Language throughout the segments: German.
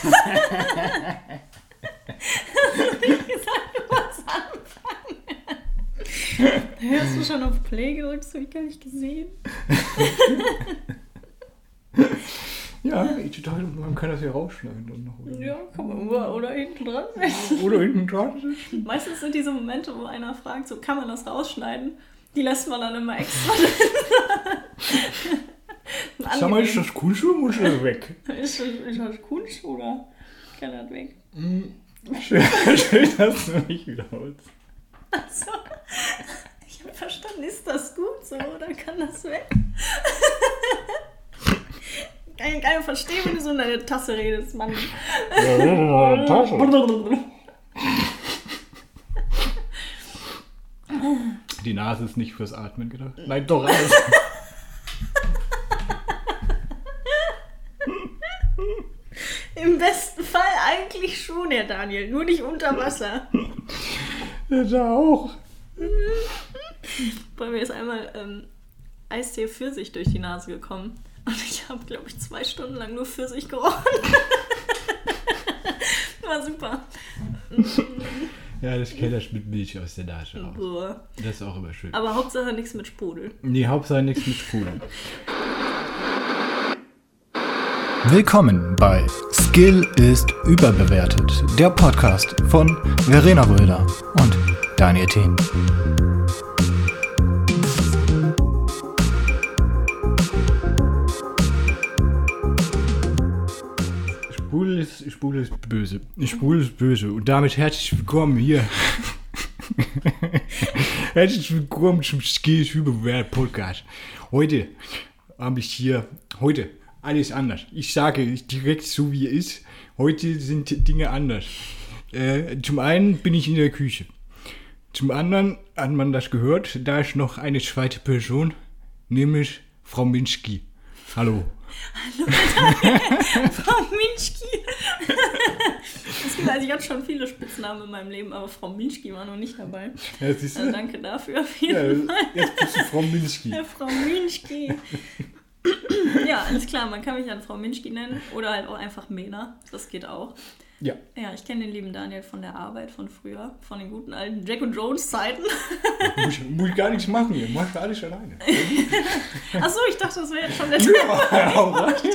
Ich gesagt, du was anfangen. Hast du schon auf Play gedrückt? Das habe ich gar nicht gesehen. Ja, ich dachte, man kann das hier rausschneiden. Dann noch, oder? Ja, kann man oder hinten dran. Oder hinten dran. Meistens sind diese Momente, wo einer fragt, so kann man das rausschneiden? Die lässt man dann immer extra drin. Sag mal, ist das Kunst oder muss das weg? Ist das Kunst oder kann das weg? Stell das nur nicht wieder aus. Achso. Ich habe verstanden, ist das gut so oder kann das weg? Kann ich gar nicht verstehen, wenn du so in deine Tasse redest, Mann. Die Nase ist nicht fürs Atmen gedacht. Nein, doch alles. Im besten Fall eigentlich schon, Herr Daniel. Nur nicht unter Wasser. Ja, da auch. Bei mir ist einmal Eistee Pfirsich durch die Nase gekommen. Und ich habe, glaube ich, 2 Stunden lang nur Pfirsich gerochen. War super. Ja, das kenne ich mit Milch aus der Nase raus. Boah. Das ist auch immer schön. Aber Hauptsache nichts mit Sprudel. Nee, Hauptsache nichts mit Sprudel. Willkommen bei Skill ist überbewertet, der Podcast von Verena Röder und Daniel Thien. Spul ist böse. Spul ist böse. Und damit herzlich willkommen hier. Herzlich willkommen zum Skill ist überbewertet Podcast. Heute habe ich hier, alles anders. Ich sage direkt so wie es ist. Heute sind Dinge anders. Zum einen bin ich in der Küche. Zum anderen hat man das gehört, da ist noch eine zweite Person, nämlich Frau Minski. Hallo. Hallo, Frau Minski. Also ich hatte schon viele Spitznamen in meinem Leben, aber Frau Minski war noch nicht dabei. Ja, siehst du? Also danke dafür auf jeden Fall. Jetzt bist du Frau Minski. Ja, Frau Minski. Ja, alles klar, man kann mich dann Frau Minski nennen oder halt auch einfach Mena. Das geht auch. Ja. Ja, ich kenne den lieben Daniel von der Arbeit von früher, von den guten alten Jack und Jones Zeiten. Muss ich gar nichts machen, ihr macht alles alleine. Achso, ich dachte, das wäre jetzt schon der Ja, alright.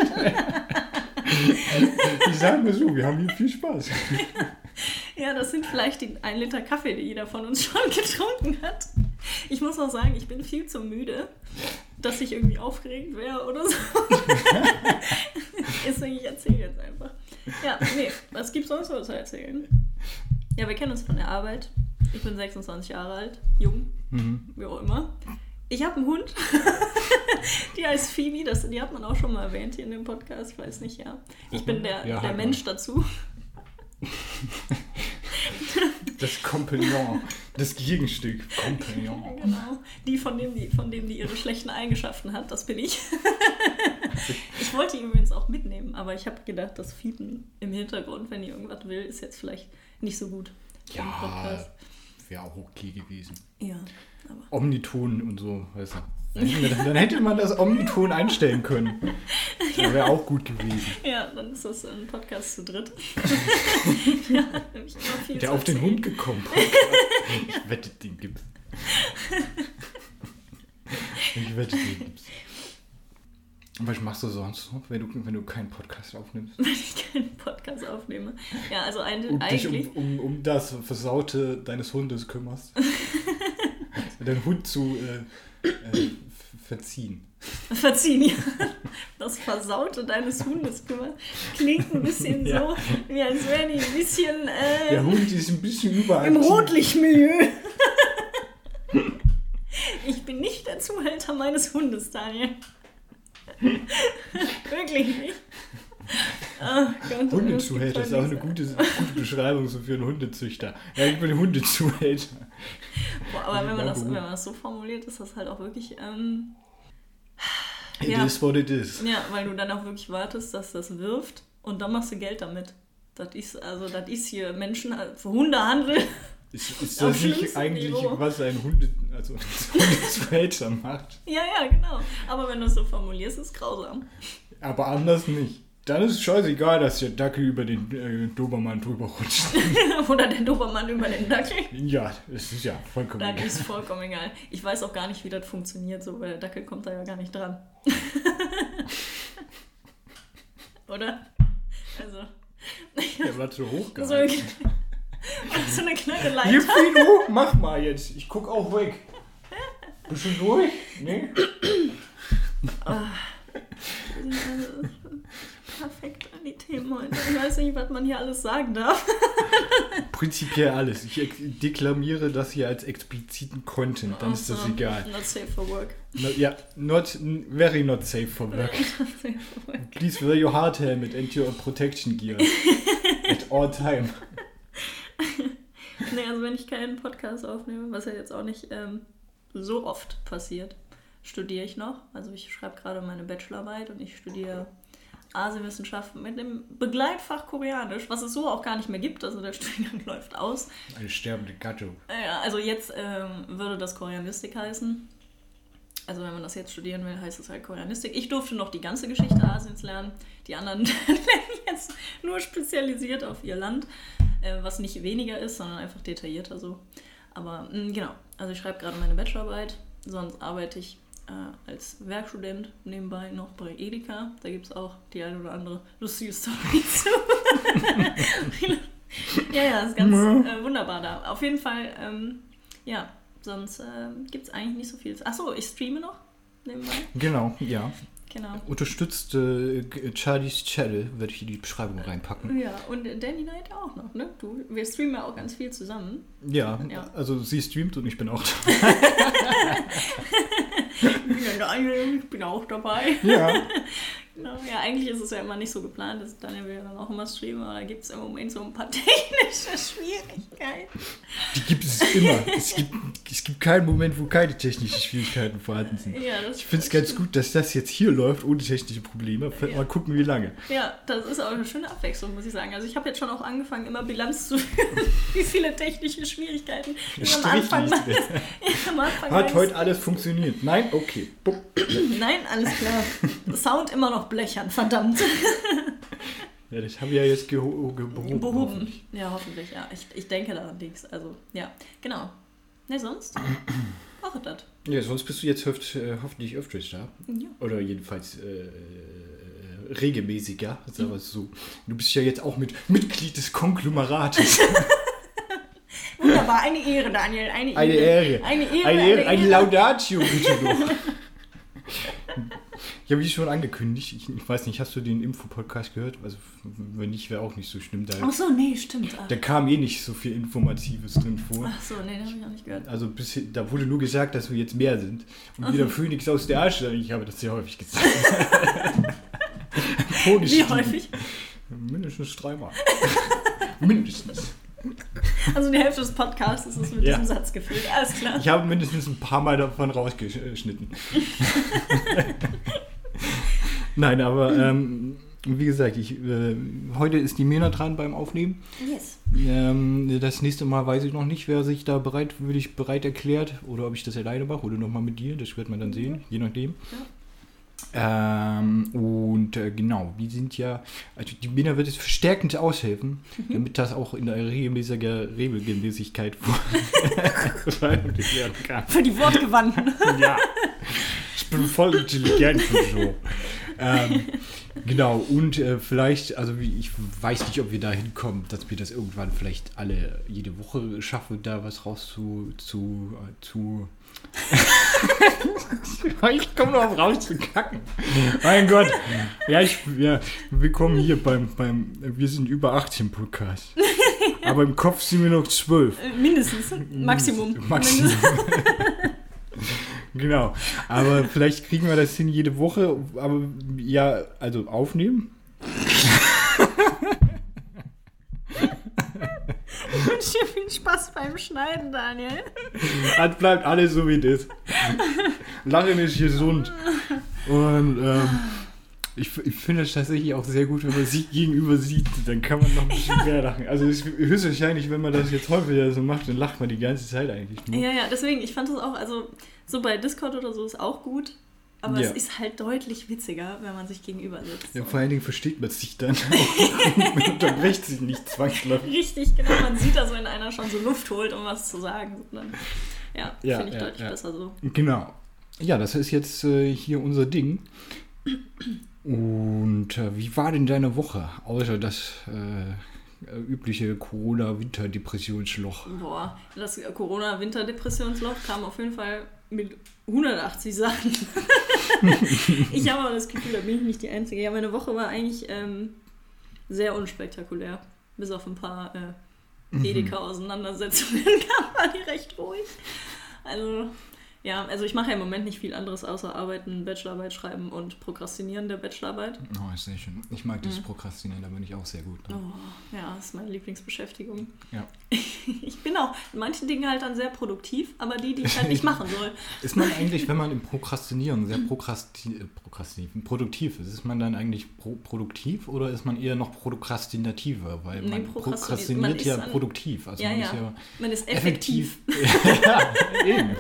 Ich sag mal so, wir haben hier viel Spaß. Ja, das sind vielleicht die 1 Liter Kaffee, die jeder von uns schon getrunken hat. Ich muss auch sagen, ich bin viel zu müde, dass ich irgendwie aufgeregt wäre oder so. Deswegen, ich erzähle jetzt einfach. Ja, nee, was gibt's sonst noch zu erzählen? Ja, wir kennen uns von der Arbeit. Ich bin 26 Jahre alt, jung, wie auch immer. Ich habe einen Hund, die heißt Phoebe, die hat man auch schon mal erwähnt hier in dem Podcast, ich weiß nicht, ja. Ich bin der Mensch dazu. Das Kompagnon, das Gegenstück, Kompagnon. Genau, die von dem die ihre schlechten Eigenschaften hat, das bin ich. Ich wollte ihn übrigens auch mitnehmen, aber ich habe gedacht, das Fiepen im Hintergrund, wenn die irgendwas will, ist jetzt vielleicht nicht so gut im Podcast. Wäre auch okay gewesen. Ja, aber... Omniton und so, weißt du. Dann hätte man das Omniton einstellen können. Das wäre auch gut gewesen. Ja, dann ist das ein Podcast zu dritt. Ja, ich immer viel der zu auf den erzählen. Hund gekommen. Ich wette, den gibt's. Was machst du sonst noch, wenn du keinen Podcast aufnimmst? Wenn ich keinen Podcast aufnehme. Ja, also Und eigentlich... dich um das Versaute deines Hundes kümmerst. Deinen Hund zu verziehen. Verziehen, ja. Das Versaute deines Hundes klingt ein bisschen so, wie als wären die ein bisschen der Hund ist ein bisschen überall. im Rotlichtmilieu. Ich bin nicht der Zuhälter meines Hundes, Daniel. Wirklich nicht. Oh Gott, Hundezuhälter ist auch eine gute Beschreibung so für einen Hundezüchter. Ja, ich bin Hundezuhälter. Boah, aber wenn man das so formuliert, ist das halt auch wirklich... It is what it is. Ja, weil du dann auch wirklich wartest, dass das wirft und dann machst du Geld damit. Das ist hier Menschen für Hundehandel. Ist das nicht eigentlich, Niveau. was ein Hundezuhälter macht? Ja, genau. Aber wenn du es so formulierst, ist es grausam. Aber anders nicht. Dann ist es scheißegal, dass der Dackel über den Dobermann drüber rutscht. Oder der Dobermann über den Dackel. Ja, das ist ja vollkommen Dackel ist vollkommen egal. Ich weiß auch gar nicht, wie das funktioniert, so, weil der Dackel kommt da ja gar nicht dran. Oder? Also. Der war zu hoch gehalten. So eine kleine Leiter. Hier flieg hoch, mach mal jetzt. Ich guck auch weg. Bist du durch? Nee? Perfekt an die Themen heute. Ich weiß nicht, was man hier alles sagen darf. Prinzipiell alles. Ich deklamiere das hier als expliziten Content, dann ist das egal. Not safe for work. Very not safe for work. Please wear your hard helmet and your protection gear. At all time. Nee, also wenn ich keinen Podcast aufnehme, was ja jetzt auch nicht so oft passiert, studiere ich noch. Also ich schreibe gerade meine Bachelorarbeit und ich studiere Asienwissenschaften mit dem Begleitfach Koreanisch, was es so auch gar nicht mehr gibt. Also der Studiengang läuft aus. Eine sterbende Gattung. Ja, also jetzt würde das Koreanistik heißen. Also wenn man das jetzt studieren will, heißt es halt Koreanistik. Ich durfte noch die ganze Geschichte Asiens lernen. Die anderen lernen jetzt nur spezialisiert auf ihr Land, was nicht weniger ist, sondern einfach detaillierter so. Aber genau, also ich schreibe gerade meine Bachelorarbeit, sonst arbeite ich als Werkstudent nebenbei noch bei Edeka. Da gibt es auch die eine oder andere lustige Story zu. Ja, das ist ganz wunderbar da. Auf jeden Fall, ja, sonst gibt es eigentlich nicht so viel. Achso, ich streame noch nebenbei. Genau, ja. Genau. Unterstützt Charlie's Channel, werde ich in die Beschreibung reinpacken. Ja, und Danny Knight auch noch, ne? Wir streamen ja auch ganz viel zusammen. Ja, also sie streamt und ich bin auch dabei. Ich bin auch dabei. Ja. Genau. Ja, eigentlich ist es ja immer nicht so geplant, dass Daniel will dann auch immer streamen, aber da gibt es im Moment so ein paar technische Schwierigkeiten. Die gibt es immer. Es gibt keinen Moment, wo keine technischen Schwierigkeiten vorhanden sind. Ja, ich finde es ganz gut, dass das jetzt hier läuft, ohne technische Probleme. Ja. Mal gucken, wie lange. Ja, das ist auch eine schöne Abwechslung, muss ich sagen. Also ich habe jetzt schon auch angefangen, immer Bilanz zu führen, wie viele technische Schwierigkeiten ich am Anfang Hat heute alles funktioniert? Nein? Okay. Nein, alles klar. Sound immer noch blechern, verdammt. Ja, das haben wir ja jetzt behoben. Hoffentlich. Ja, hoffentlich, ja. Ich denke daran nichts. Also, ja, genau. Ne, sonst? Auch das. Ja, sonst bist du jetzt hoffentlich öfters da. Ja. Oder jedenfalls regelmäßiger, sagen wir es so. Du bist ja jetzt auch Mitglied des Konglomerates. Wunderbar, eine Ehre, Daniel. Eine Ehre. Eine Laudatio, bitte doch. Ich habe dich schon angekündigt. Ich weiß nicht, hast du den Info-Podcast gehört? Also, wenn nicht, wäre auch nicht so schlimm. Ach so, nee, stimmt. Da kam nicht so viel Informatives drin vor. Ach so, nee, das habe ich auch nicht gehört. Also, da wurde nur gesagt, dass wir jetzt mehr sind. Und wie der Phönix aus der Asche. Ich habe das sehr häufig gesagt. Wie häufig? Mindestens 3-mal. Mindestens. Also die Hälfte des Podcasts ist es mit diesem Satz gefüllt. Alles klar. Ich habe mindestens ein paar Mal davon rausgeschnitten. Nein, aber wie gesagt, heute ist die Mena dran beim Aufnehmen. Yes. Das nächste Mal weiß ich noch nicht, wer sich da bereit erklärt oder ob ich das alleine mache oder nochmal mit dir. Das wird man dann sehen, je nachdem. Ja. Genau, wir sind ja, also die Mena wird es verstärkend aushelfen, damit das auch in der Regelmäßigkeit werden kann. Für die Wortgewandten. Ja, ich bin voll intelligent und so. Genau, und vielleicht, also ich weiß nicht, ob wir da hinkommen, dass wir das irgendwann vielleicht jede Woche schaffen, da was raus zu ich komme noch raus zu kacken. Mein Gott. Ja, wir kommen hier beim wir sind über 18 Podcast. Aber im Kopf sind wir noch 12. Mindestens. Maximum. Genau. Aber vielleicht kriegen wir das hin jede Woche. Aber ja, also aufnehmen. Ich wünsche dir viel Spaß beim Schneiden, Daniel. Das bleibt alles so, wie es ist. Lachen ist gesund. Und ich finde es tatsächlich auch sehr gut, wenn man sich gegenüber sieht. Dann kann man noch ein bisschen mehr lachen. Also höchstwahrscheinlich, wenn man das jetzt häufiger so macht, dann lacht man die ganze Zeit eigentlich nur. Ja, deswegen, ich fand das auch, also so bei Discord oder so ist auch gut. Aber es ist halt deutlich witziger, wenn man sich gegenüber sitzt. Ja, vor allen Dingen versteht man sich dann auch. Man unterbricht sich nicht zwangsläufig. Richtig, genau. Man sieht da so, wenn einer schon so Luft holt, um was zu sagen. Dann, finde ich deutlich besser so. Genau. Ja, das ist jetzt hier unser Ding. Und wie war denn deine Woche? Außer das übliche Corona-Winterdepressionsloch. Boah, das Corona-Winterdepressionsloch kam auf jeden Fall mit 180 Sachen. Ich habe aber das Gefühl, da bin ich nicht die Einzige. Ja, meine Woche war eigentlich sehr unspektakulär. Bis auf ein paar Edeka-Auseinandersetzungen war die recht ruhig. Also ich mache ja im Moment nicht viel anderes, außer arbeiten, Bachelorarbeit schreiben und prokrastinieren der Bachelorarbeit. Oh, ist sehr schön. Ich mag dieses Prokrastinieren, da bin ich auch sehr gut. Ne? Oh, ja, das ist meine Lieblingsbeschäftigung. Ja. Ich bin auch in manchen Dingen halt dann sehr produktiv, aber die ich halt nicht machen soll. Ist man eigentlich, wenn man im Prokrastinieren sehr produktiv ist man dann eigentlich produktiv oder ist man eher noch prokrastinativer? Weil man prokrastiniert ja produktiv. Also man ist effektiv. Ja, eben.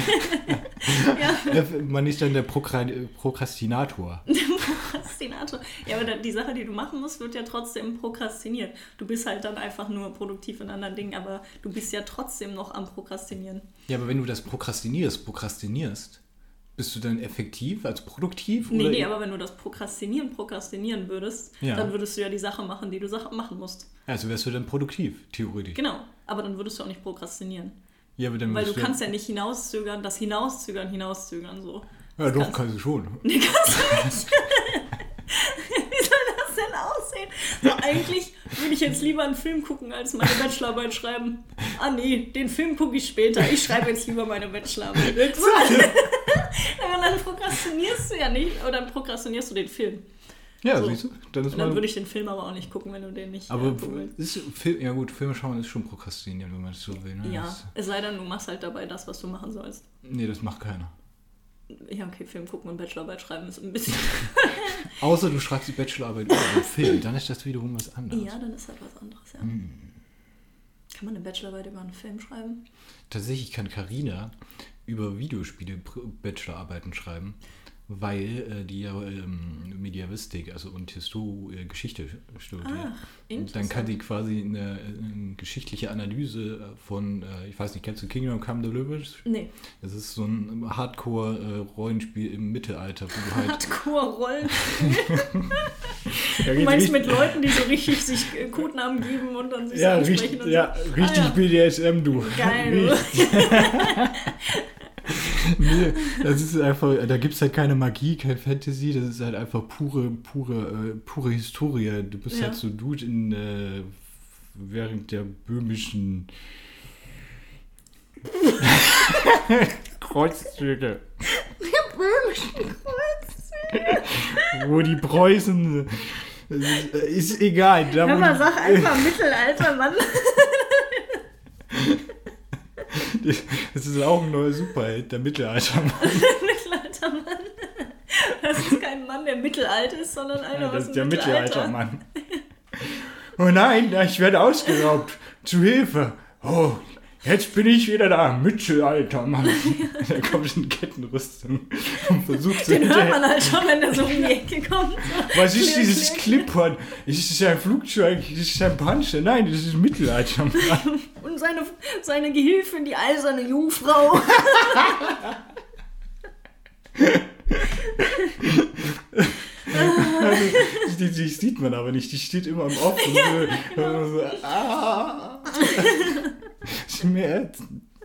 Ja. Man ist dann der Prokrastinator. Prokrastinator. Ja, aber die Sache, die du machen musst, wird ja trotzdem prokrastiniert. Du bist halt dann einfach nur produktiv in anderen Dingen, aber du bist ja trotzdem noch am Prokrastinieren. Ja, aber wenn du das prokrastinierst, bist du dann effektiv, also produktiv? Nee, aber wenn du das prokrastinieren würdest, dann würdest du ja die Sache machen, die du machen musst. Also wärst du dann produktiv, theoretisch. Genau, aber dann würdest du auch nicht prokrastinieren. Ja, aber dann weil du kannst ja nicht hinauszögern, so. Ja, doch, kannst du schon. Nee, kannst du nicht. Wie soll das denn aussehen? So, eigentlich würde ich jetzt lieber einen Film gucken, als meine Bachelorarbeit schreiben. Ah nee, den Film gucke ich später. Ich schreibe jetzt lieber meine Bachelorarbeit. Aber dann prokrastinierst du ja nicht, oder dann prokrastinierst du den Film. Ja, so. Siehst du? Dann würde ich den Film aber auch nicht gucken, wenn du den nicht gucken willst. Ja gut, Filme schauen ist schon prokrastinieren, wenn man es so will. Ne? Ja, es sei denn, du machst halt dabei das, was du machen sollst. Nee, das macht keiner. Ja, okay, Film gucken und Bachelorarbeit schreiben ist ein bisschen... Außer du schreibst die Bachelorarbeit über einen Film, dann ist das wiederum was anderes. Ja, dann ist das was anderes, ja. Kann man eine Bachelorarbeit über einen Film schreiben? Tatsächlich kann Carina über Videospiele Bachelorarbeiten schreiben, weil die ja Mediavistik, also und Geschichte studiert. Und dann kann die quasi eine geschichtliche Analyse von, ich weiß nicht, kennst du Kingdom Come Deliverance? Nee. Das ist so ein Hardcore-Rollenspiel im Mittelalter. Wo du halt Hardcore-Rollenspiel? Du meinst mit Leuten, die so richtig sich Codenamen geben und dann sich so ansprechen? Richtig BDSM, du. Geil. Nee, das ist einfach, da gibt es halt keine Magie, kein Fantasy, das ist halt einfach pure Historie. Du bist halt so Dude während der böhmischen Kreuzzüge. Der böhmischen Kreuzzüge? Wo die Preußen, ist egal. Hör mal, sag einfach Mittelalter, Mann. Das ist auch ein neuer Superheld, der Mittelaltermann. Mittelaltermann. Das ist kein Mann, der mittelalt ist, sondern einer aus dem Mittelalter. Das ist der Mittelaltermann. Oh nein, ich werde ausgeraubt. Zu Hilfe. Oh, jetzt bin ich wieder da. Mittelaltermann. Der kommt in Kettenrüstung und versucht zu Den hört man halt schon, wenn der so um die Ecke kommt. So. Was ist dieses Klippern? Ist es ein Flugzeug? Ist es ein Panzer? Nein, das ist Mittelaltermann. Und seine Gehilfin, die eiserne Jungfrau. Also, die sieht man aber nicht, die steht immer im Off und so, Schmerz.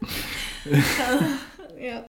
Ja.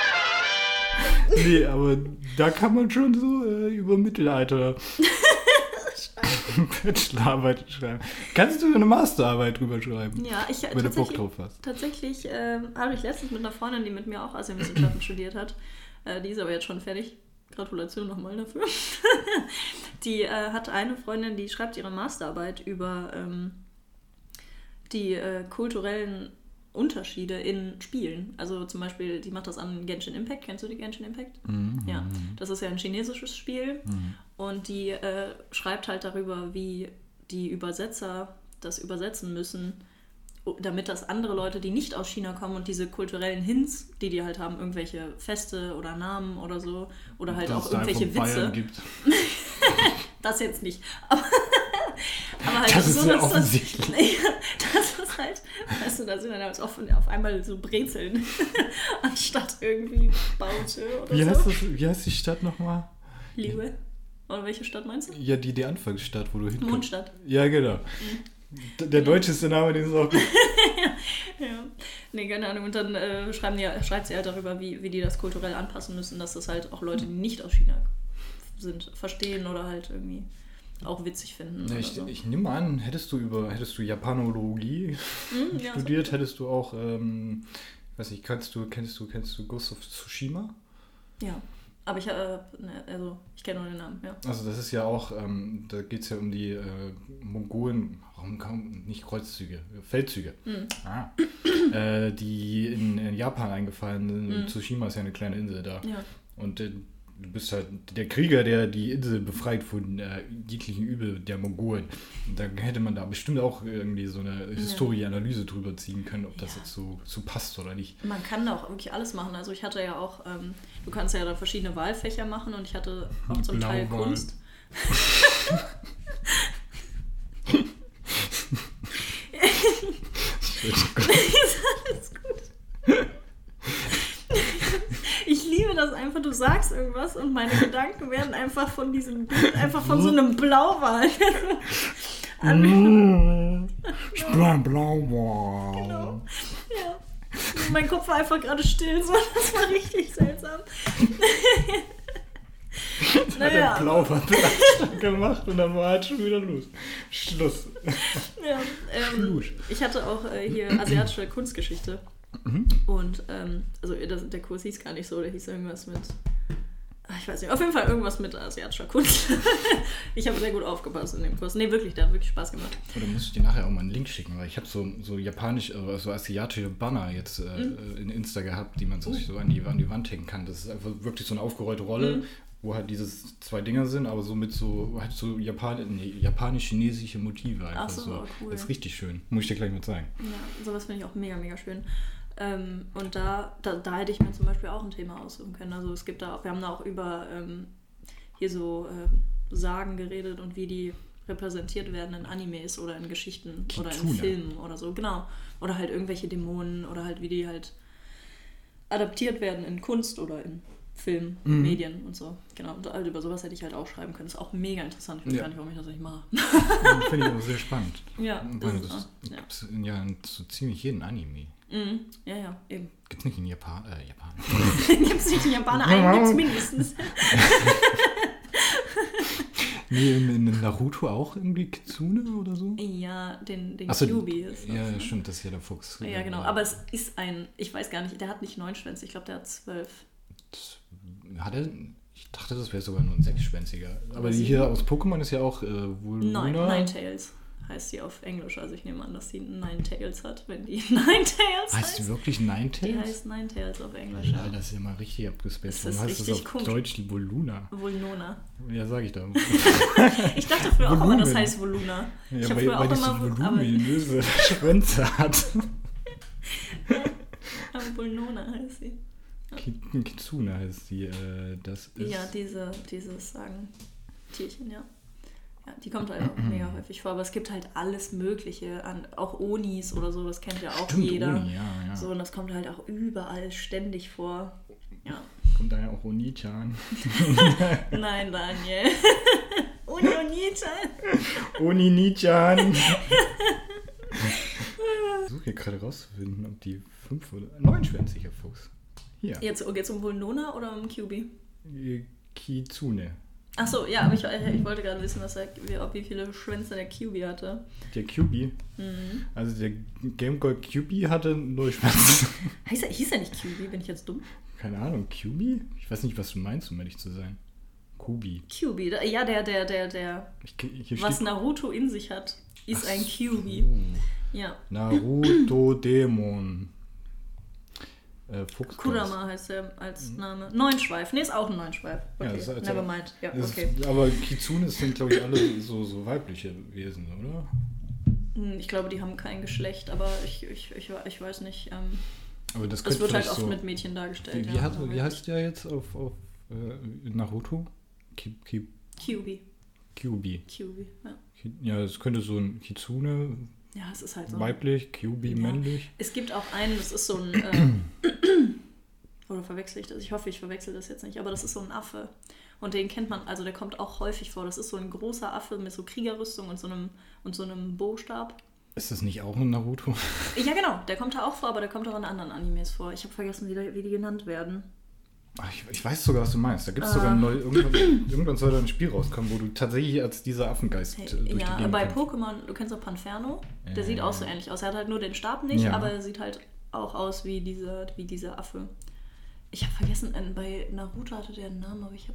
Nee, aber da kann man schon so über Mittelalter Bachelorarbeit schreiben. Kannst du eine Masterarbeit drüber schreiben? Ja, wenn du Bock drauf hast. Tatsächlich habe ich letztens mit einer Freundin, die mit mir auch Asienwissenschaften studiert hat, die ist aber jetzt schon fertig. Gratulation nochmal dafür. Die hat eine Freundin, die schreibt ihre Masterarbeit über die kulturellen Unterschiede in Spielen. Also zum Beispiel, die macht das an Genshin Impact. Kennst du die Genshin Impact? Ja, das ist ja ein chinesisches Spiel. Und die schreibt halt darüber, wie die Übersetzer das übersetzen müssen, damit das andere Leute, die nicht aus China kommen und diese kulturellen Hints, die halt haben, irgendwelche Feste oder Namen oder so, oder halt auch irgendwelche Witze. Gibt. Das jetzt nicht. Aber halt das ist so, sehr dass offensichtlich. das ist halt, weißt du, da sind dann halt auf einmal so Brezeln anstatt irgendwie Baute oder so. Wie heißt die Stadt nochmal? Liebe. Oder welche Stadt meinst du? Ja, die Anfangsstadt, wo du hinkommst. Mondstadt. Ja, genau. Der deutscheste Name, den ist auch gut. Ja. Nee, keine Ahnung. Und dann schreibt sie halt darüber, wie die das kulturell anpassen müssen, dass das halt auch Leute, die nicht aus China sind, verstehen oder halt irgendwie auch witzig finden. Ja, ich nehme an, hättest du Japanologie studiert, ja, hättest du auch, weiß nicht, kennst du Ghost of Tsushima? Ja, aber ich kenne nur den Namen, ja. Also das ist ja auch, da geht es ja um die Mongolen, warum kaum nicht Kreuzzüge, Feldzüge, die in Japan eingefallen sind. Tsushima ist ja eine kleine Insel da. Ja. Und du bist halt der Krieger, der die Insel befreit von jeglichen Übel der Mongolen. Und da hätte man da bestimmt auch irgendwie so eine Historie-Analyse drüber ziehen können, ob das jetzt so passt oder nicht. Man kann da auch wirklich alles machen. Also ich hatte ja auch, du kannst ja da verschiedene Wahlfächer machen und ich hatte auch zum Teil Kunst. Ist alles gut. Ich liebe das einfach, du sagst irgendwas und meine Gedanken werden einfach von diesem Bild, einfach von so einem Blauwal. Ich bin ein Blauwal. Genau. Ja. Mein Kopf war einfach gerade still, so. Das war richtig seltsam. Hat der Blauwal gemacht und dann war halt schon wieder Schluss. Ja, ich hatte auch hier asiatische Kunstgeschichte. Und also der Kurs hieß gar nicht so, der hieß irgendwas mit, ich weiß nicht, auf jeden Fall irgendwas mit asiatischer Kunst. Ich habe sehr gut aufgepasst in dem Kurs. Nee, wirklich, der hat wirklich Spaß gemacht. Oder muss ich dir nachher auch mal einen Link schicken, weil ich habe so japanisch, so asiatische Banner jetzt in Insta gehabt, die man sich so an die Wand hängen kann. Das ist einfach wirklich so eine aufgerollte Rolle, wo halt diese zwei Dinger sind, aber so mit so japanisch-chinesische Motive einfach. Ach so, cool. Das ist richtig schön. Muss ich dir gleich mal zeigen. Ja, sowas finde ich auch mega, mega schön. Und da hätte ich mir zum Beispiel auch ein Thema aussuchen können. Also wir haben da auch über hier so Sagen geredet und wie die repräsentiert werden in Animes oder in Geschichten oder in Filmen oder so, genau. Oder halt irgendwelche Dämonen oder halt wie die halt adaptiert werden in Kunst oder in Film, Medien und so. Genau, und also über sowas hätte ich halt auch schreiben können. Das ist auch mega interessant. Ich weiß gar nicht, warum ich das nicht mache. Finde ich aber sehr spannend. Ja. Das gibt es ja in so ziemlich jeden Anime. Ja, eben. Gibt es nicht in Japan? Gibt es nicht in Japan? Einen gibt es mindestens. Nee, in Naruto auch irgendwie Kitsune oder so? Ja, den Kyuubi ist das. Ja, stimmt, das ist ja der Fuchs. Ja, genau. Aber es ist ich weiß gar nicht, der hat nicht 9 Schwänze. Ich glaube, der hat 12. Hat er? Ich dachte, das wäre sogar nur ein 6-schwänziger. Aber die hier aus Pokémon ist ja auch Voluna. Ninetales heißt sie auf Englisch. Also ich nehme an, dass sie Ninetales hat, wenn die Ninetales heißt. Heißt die wirklich Ninetales? Die heißt Ninetales auf Englisch. Ja, das ist ja mal richtig abgespaced. Das ist richtig heißt das auf Deutsch die Voluna? Volnona. Ja, sag ich doch. Ich dachte früher auch immer, das heißt Voluna. Ja, ich habe früher auch immer voluminöse Schwänze hat. Aber Volnona heißt sie. Ja. Kitsune heißt sie. Das ist ja, dieses Tierchen, ja. Ja, die kommt halt auch mega häufig vor, aber es gibt halt alles Mögliche an, auch Onis oder so, das kennt ja auch jeder. Oni, ja. So, und das kommt halt auch überall ständig vor. Ja. Kommt da ja auch Oni-chan. Nein, Daniel. Oni-chan. Oni-chan. Ich versuche hier gerade rauszufinden, ob die 5 oder 9-schwänziger Fuchs. Hier. Jetzt geht's um Volnona oder um Kyuubi? Kitsune. Achso, ja, aber ich wollte gerade wissen, wie viele Schwänze der Kyuubi hatte. Der Kyuubi? Also der Game Boy Kyuubi hatte 0 Schwänze. Hieß er nicht Kyuubi? Bin ich jetzt dumm? Keine Ahnung, Kyuubi? Ich weiß nicht, was du meinst, um ehrlich zu sein. Kyuubi. Kyuubi, ja, der was Naruto in sich hat, ist ein Kyuubi. Ja. Naruto-Dämon. Kurama heißt er als Name. Neunschweif. Nee, ist auch ein Neunschweif. Okay, ja, nevermind. Ja, okay. Aber Kitsune sind, glaube ich, alle so weibliche Wesen, oder? Ich glaube, die haben kein Geschlecht, aber ich weiß nicht. Aber das wird halt oft so mit Mädchen dargestellt. Wie heißt der jetzt auf Naruto? Kyuubi, ja. Ja, das könnte so ein Kitsune, Ja, es ist halt so. weiblich, Kyuubi, männlich. Es gibt auch einen, das ist so ein... oder verwechsel ich das? Ich hoffe, ich verwechsel das jetzt nicht, aber das ist so ein Affe. Und den kennt man, also der kommt auch häufig vor. Das ist so ein großer Affe mit so Kriegerrüstung und so einem Bostab. Ist das nicht auch ein Naruto? Ja, genau, der kommt da auch vor, aber der kommt auch in anderen Animes vor. Ich habe vergessen, wie die genannt werden. Ach, ich weiß sogar, was du meinst. Da gibt es sogar irgendwann soll da ein Spiel rauskommen, wo du tatsächlich als dieser Affengeist durch die Gegend bei kommst. Pokémon, du kennst auch Panferno, der sieht auch so ähnlich aus. Er hat halt nur den Stab nicht, aber er sieht halt auch aus wie dieser Affe. Ich habe vergessen, bei Naruto hatte der einen Namen, aber ich habe...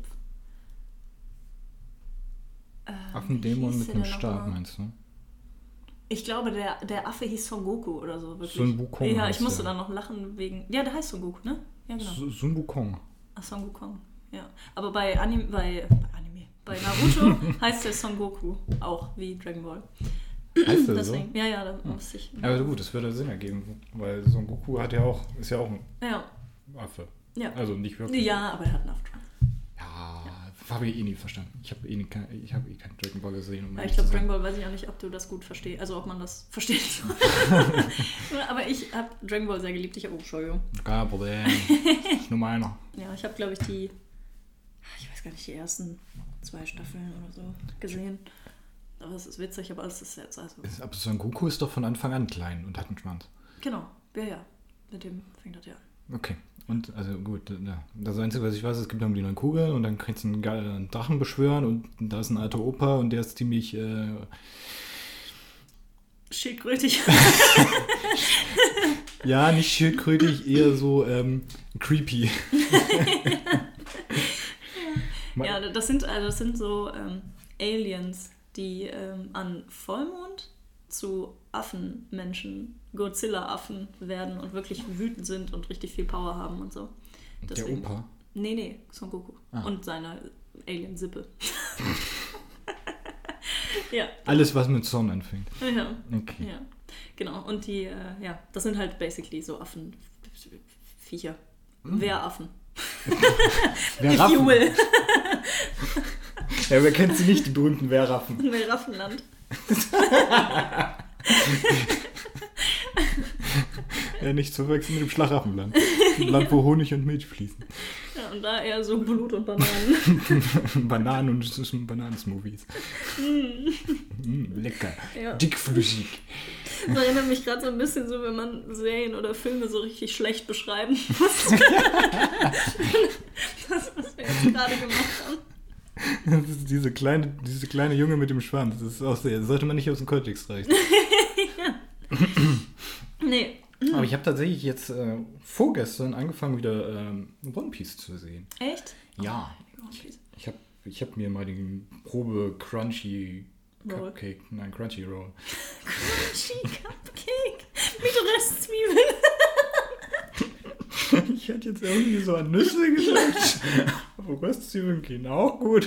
Affendämon mit einem Stab, meinst du? Ich glaube, der Affe hieß Son Goku oder so, wirklich. Sun Wukong. Ja, ich musste dann noch lachen wegen... Ja, der heißt Son Goku, ne? Ja, genau. Sun Wukong. Ach, Son Wukong, ja. Aber bei Naruto heißt der Son Goku auch, wie Dragon Ball. Heißt der Deswegen, so? Ja, da musste ich... Aber gut, das würde Sinn ergeben, weil Son Goku ist ja auch ein Affe. Ja. Also nicht wirklich. Ja, aber er hat einen Affe. Ja, habe ich nie verstanden. Ich habe keinen Dragon Ball gesehen. Ich glaube, Dragon Ball weiß ich auch nicht, ob du das gut verstehst. Also ob man das versteht. Aber ich habe Dragon Ball sehr geliebt. Ich habe Entschuldigung. Kein Problem. Ist nur meiner. Ja, ich habe, glaube ich, ich weiß gar nicht, die ersten 2 Staffeln oder so gesehen. Aber es ist witzig, aber es ist jetzt also... Aber Son Goku ist doch von Anfang an klein und hat einen Schwanz. Genau, ja. Mit dem fängt das ja an. Okay. Und, also gut, das Einzige, was ich weiß, es gibt dann die 9 Kugeln und dann kannst du einen Drachen beschwören und da ist ein alter Opa und der ist ziemlich... Schildkrötig. Ja, nicht schildkrötig, eher so creepy. Ja, das sind so Aliens, die an Vollmond zu Affenmenschen, Godzilla-Affen werden und wirklich wütend sind und richtig viel Power haben und so. Deswegen, der Opa? Nee, Son Goku. Und seine Alien-Sippe. Ja. Alles, was mit Son anfängt. Ja. Okay. Ja. Genau. Und die, das sind halt basically so Affenviecher. Wehraffen. If you will. Ja, wer kennt sie nicht, die berühmten Wehraffen? Wehraffenland. Ja, nicht zu verwechseln mit dem Schlaraffenland. Ein Land, wo Honig und Milch fließen. Ja, und da eher so Blut und Bananen. Bananen und Bananensmoothies. Lecker. Ja. Dickflüssig. Das erinnert mich gerade so ein bisschen so, wenn man Serien oder Filme so richtig schlecht beschreiben muss. Das, was wir jetzt gerade gemacht haben. Das ist diese kleine Junge mit dem Schwanz. Das ist auch sehr, das sollte man nicht aus dem Kontext reißen. Ja. Nee. Aber ich habe tatsächlich jetzt vorgestern angefangen, wieder One Piece zu sehen. Echt? Ja. Ich hab mir mal den Probe Crunchy Cupcake, Crunchy Roll. Crunchy Cupcake mit Restzwiebeln. Ich hätte jetzt irgendwie so an Nüsse gesagt. Aber Restzwiebeln gehen auch gut.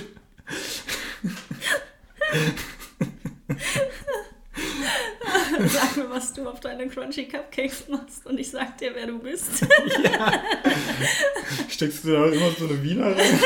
Sag mir, was du auf deine Crunchy Cupcakes machst und ich sag dir, wer du bist. Ja. Steckst du da immer so eine Wiener rein?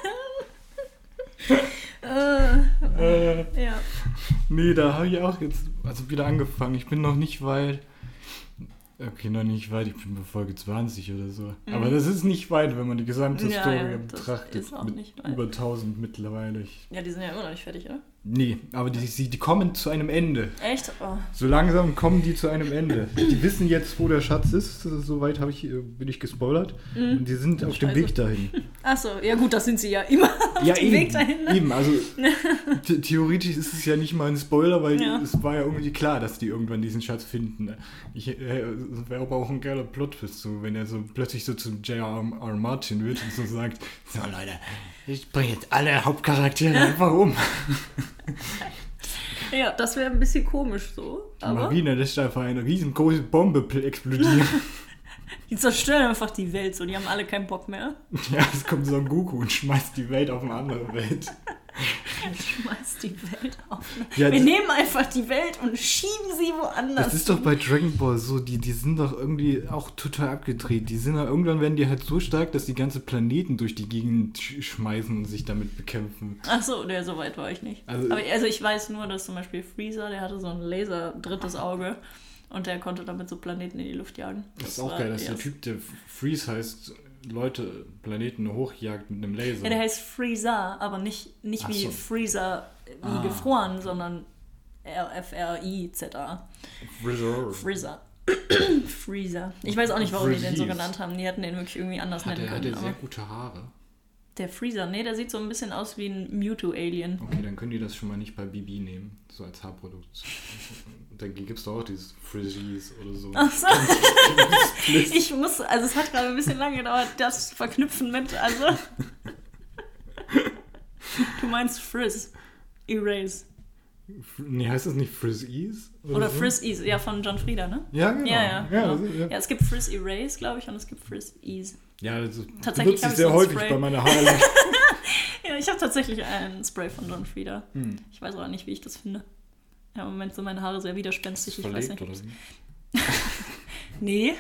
Ja. Nee, da habe ich auch jetzt wieder angefangen. Ich bin noch nicht weit. Okay, noch nicht weit. Ich bin bei Folge 20 oder so. Mhm. Aber das ist nicht weit, wenn man die gesamte Story betrachtet. Ist auch mit nicht weit. Über 1000 mittlerweile. Ja, die sind ja immer noch nicht fertig, oder? Nee, aber die kommen zu einem Ende. Echt? Oh. So langsam kommen die zu einem Ende. Die wissen jetzt, wo der Schatz ist. Soweit bin ich gespoilert. Und die sind auf dem Weg dahin. Achso, ja gut, das sind sie ja immer auf dem Weg dahin. Ne? Eben, also theoretisch ist es ja nicht mal ein Spoiler, weil es war ja irgendwie klar, dass die irgendwann diesen Schatz finden. Wäre aber auch ein geiler Plot-Twist, so, wenn er so plötzlich so zu J.R.R. Martin wird und so sagt, so Leute, ich bringe jetzt alle Hauptcharaktere einfach um. Ja, das wäre ein bisschen komisch so. Aber Marina lässt einfach eine riesengroße Bombe explodieren. Die zerstören einfach die Welt so, die haben alle keinen Bock mehr. Ja, es kommt Son Goku und schmeißt die Welt auf eine andere Welt. Schmeiß die Welt auf. Ja, wir nehmen einfach die Welt und schieben sie woanders. Das ist doch bei Dragon Ball so, die sind doch irgendwie auch total abgedreht. Die sind irgendwann werden die halt so stark, dass die ganze Planeten durch die Gegend schmeißen und sich damit bekämpfen. Ach so, so weit war ich nicht. Also ich weiß nur, dass zum Beispiel Freezer, der hatte so ein Laser-drittes Auge und der konnte damit so Planeten in die Luft jagen. Das ist auch geil, dass der Typ, der Freeze heißt, Leute, Planeten hochjagt mit einem Laser. Ja, der heißt Freezer, aber nicht wie Freezer wie gefroren, sondern F-R-I-Z-A. Freezer. Freezer. Ich weiß auch nicht, warum die den so genannt haben. Die hätten den wirklich irgendwie anders nennen können. Hat der sehr gute Haare? Der Freezer, nee, der sieht so ein bisschen aus wie ein Mewtwo-Alien. Okay, dann können die das schon mal nicht bei BB nehmen, so als Haarprodukt. Da gibt es doch auch dieses Frizzies oder so. Ach so. Es hat gerade ein bisschen lange gedauert, das zu verknüpfen mit, du meinst Frizz. Erase. Nee, heißt das nicht Frizzies? Oder so? Frizzies, ja, von John Frieda, ne? Ja, genau. Ja, es gibt Frizz Erase, glaube ich, und es gibt Frizzies. Ja, das tatsächlich benutze ich sehr häufig bei meiner Haare. Ja, ich habe tatsächlich einen Spray von John Frieda. Ich weiß aber nicht, wie ich das finde. Ja, im Moment sind meine Haare sehr widerspenstig. Ist verlegt, ich weiß nicht. Oder wie? Nee.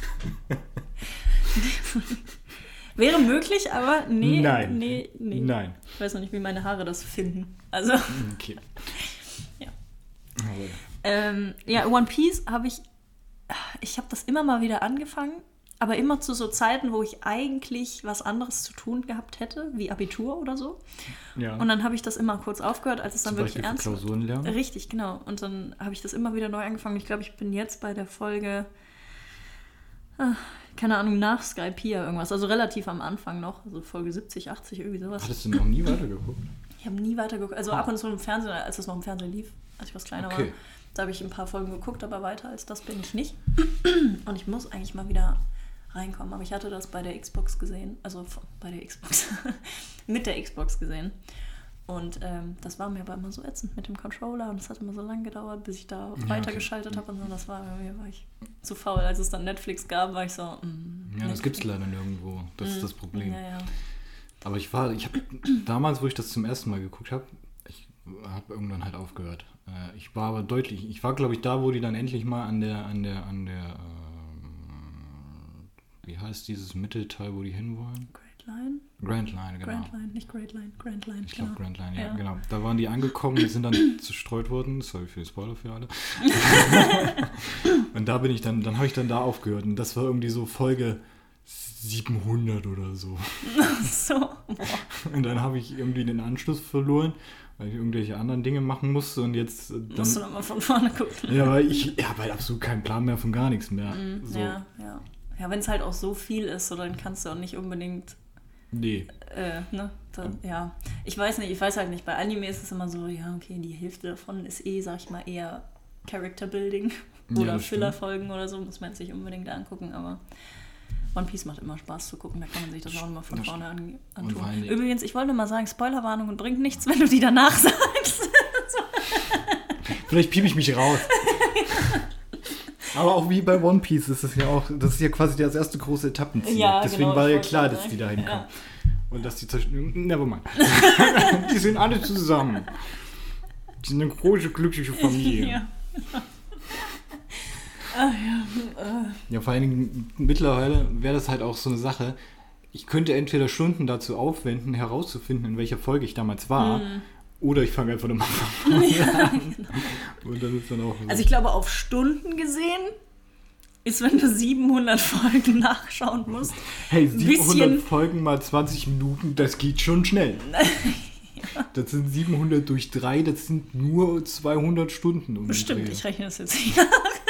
Wäre möglich, aber nee. Nein. Ich weiß noch nicht, wie meine Haare das finden. Also. Okay. Ja. One Piece habe ich habe das immer mal wieder angefangen, aber immer zu so Zeiten, wo ich eigentlich was anderes zu tun gehabt hätte, wie Abitur oder so. Ja. Und dann habe ich das immer kurz aufgehört, als es dann wirklich ernst wurde. Klausuren lernen? Richtig, genau. Und dann habe ich das immer wieder neu angefangen. Ich glaube, ich bin jetzt bei der Folge, keine Ahnung, nach Skypiea irgendwas. Also relativ am Anfang noch. Also Folge 70, 80, irgendwie sowas. Hattest du noch nie weitergeguckt? Ich habe nie weitergeguckt. Also ab und zu im Fernsehen, als es noch im Fernsehen lief, als ich was kleiner war. Da habe ich ein paar Folgen geguckt, aber weiter als das bin ich nicht. Und ich muss eigentlich mal wieder reinkommen. Aber ich hatte das bei der Xbox gesehen. Also bei der Xbox. Mit der Xbox gesehen. Und das war mir aber immer so ätzend mit dem Controller. Und es hat immer so lange gedauert, bis ich da weitergeschaltet habe. Und so. Das war ich zu faul. Als es dann Netflix gab, war ich so... ja, das gibt es leider nirgendwo. Das ist das Problem. Ja. Aber ich habe damals, wo ich das zum ersten Mal geguckt habe, ich habe irgendwann halt aufgehört. Ich war aber ich war glaube ich da, wo die dann endlich mal an der wie heißt dieses Mittelteil, wo die hinwollen? Grand Line, genau. Grand Line, nicht Great Line, Grand Line. Ich glaube Grand Line, ja, genau. Da waren die angekommen, die sind dann zerstreut worden. Sorry für die Spoiler für alle. Und da bin ich dann habe ich dann da aufgehört. Und das war irgendwie so Folge 700 oder so. So. Und dann habe ich irgendwie den Anschluss verloren, weil ich irgendwelche anderen Dinge machen musste und jetzt... musst du nochmal von vorne gucken. Ja, weil ich habe halt absolut keinen Plan mehr von gar nichts mehr. So. Ja, wenn es halt auch so viel ist, so, dann kannst du auch nicht unbedingt... Nee. Ja, ich weiß halt nicht, bei Anime ist es immer so, ja, okay, die Hälfte davon ist sag ich mal, eher Character Building oder Filler-Folgen oder so, muss man sich unbedingt angucken, aber... One Piece macht immer Spaß zu gucken, da kann man sich das auch immer von vorne antun. Übrigens, ich wollte mal sagen, Spoilerwarnung bringt nichts, wenn du die danach sagst. Vielleicht piep ich mich raus. Aber auch wie bei One Piece ist es das ist ja quasi das erste große Etappenziel. Ja, deswegen genau, war ja klar, dass die da hinkommen. Ja. Und dass die nevermind. Die sind alle zusammen. Die sind eine große, glückliche Familie. Ja. Ja, vor allen Dingen mittlerweile wäre das halt auch so eine Sache. Ich könnte entweder Stunden dazu aufwenden, herauszufinden, in welcher Folge ich damals war, oder ich fange einfach nochmal von vorne an. Genau. Und dann ist dann auch so. Also ich glaube, auf Stunden gesehen ist, wenn du 700 Folgen nachschauen musst. Hey, 700 Folgen mal 20 Minuten, das geht schon schnell. Ja. Das sind 700 durch 3, das sind nur 200 Stunden. Bestimmt, ich rechne das jetzt nicht nach.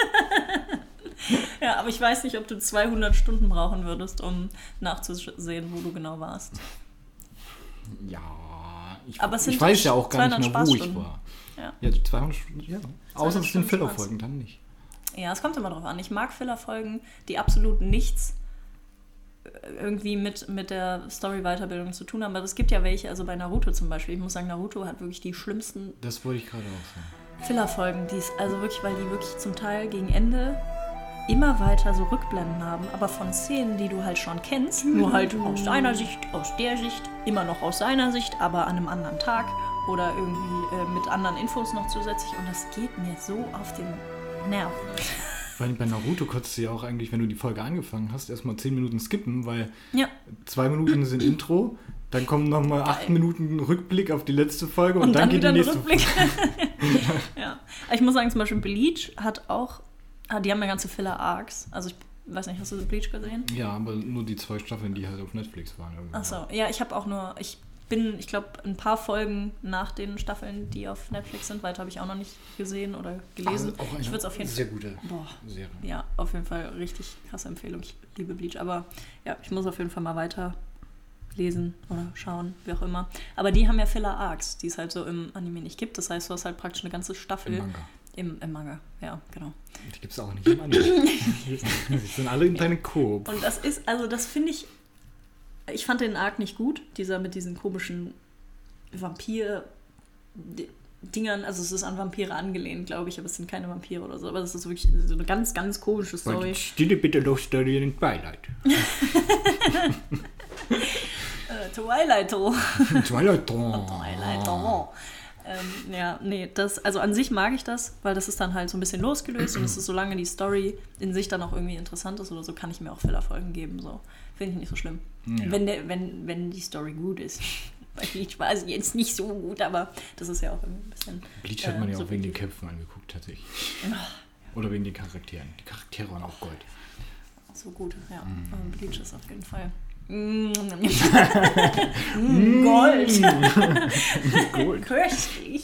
Ja, aber ich weiß nicht, ob du 200 Stunden brauchen würdest, um nachzusehen, wo du genau warst. Ja, ich weiß ja auch gar nicht mehr, wo ich war. Ja, 200 Stunden, ja. Außer es sind Fillerfolgen, dann nicht. Ja, es kommt immer drauf an. Ich mag Fillerfolgen, die absolut nichts irgendwie mit der Story-Weiterbildung zu tun haben. Aber es gibt ja welche, also bei Naruto zum Beispiel. Ich muss sagen, Naruto hat wirklich die schlimmsten... Das wollte ich gerade auch sagen. Fillerfolgen, also wirklich, weil die wirklich zum Teil gegen Ende immer weiter so Rückblenden haben, aber von Szenen, die du halt schon kennst, nur halt aus deiner Sicht, aus der Sicht, immer noch aus seiner Sicht, aber an einem anderen Tag oder irgendwie mit anderen Infos noch zusätzlich und das geht mir so auf den Nerv. Vor allem bei Naruto konntest du ja auch eigentlich, wenn du die Folge angefangen hast, erstmal 10 Minuten skippen, weil 2 Minuten sind Intro, dann kommen nochmal 8 Minuten Rückblick auf die letzte Folge und dann geht die nächste Rückblick. Ja. Ich muss sagen, zum Beispiel Bleach hat auch, die haben ja ganze Filler-Arcs, also ich weiß nicht, hast du Bleach gesehen? Ja, aber nur die 2 Staffeln, die halt auf Netflix waren. Achso, ja, ich habe auch nur, ich glaube, ein paar Folgen nach den Staffeln, die auf Netflix sind, weiter habe ich auch noch nicht gesehen oder gelesen. Auch ich würde es auf jeden Fall. Sehr gute Serie. Ja, auf jeden Fall richtig krasse Empfehlung. Ich liebe Bleach, aber ja, ich muss auf jeden Fall mal weiter lesen oder schauen, wie auch immer. Aber die haben ja Filler-Arcs, die es halt so im Anime nicht gibt. Das heißt, du hast halt praktisch eine ganze Staffel. Im Manga, ja, genau. Die gibt es auch nicht im Anime. Die sind alle in deinem Coop. Und das ist, also das finde ich fand den Arc nicht gut, dieser mit diesen komischen Vampir-Dingern, also es ist an Vampire angelehnt, glaube ich, aber es sind keine Vampire oder so, aber das ist wirklich so eine ganz, ganz komische Story. Stille bitte doch Story in Twilight. Twilight. Ja, nee, also an sich mag ich das, weil das ist dann halt so ein bisschen losgelöst und es ist, solange die Story in sich dann auch irgendwie interessant ist oder so, kann ich mir auch Filler-Folgen geben, so. Finde ich nicht so schlimm. Ja. Wenn die Story gut ist. Bei Bleach war sie jetzt nicht so gut, aber das ist ja auch ein bisschen... Bleach hat man ja so auch wegen den Kämpfen angeguckt, tatsächlich. Oder wegen den Charakteren. Die Charaktere waren auch Gold. So gut, ja. Bleach ist auf jeden Fall... Gold. Köstlich.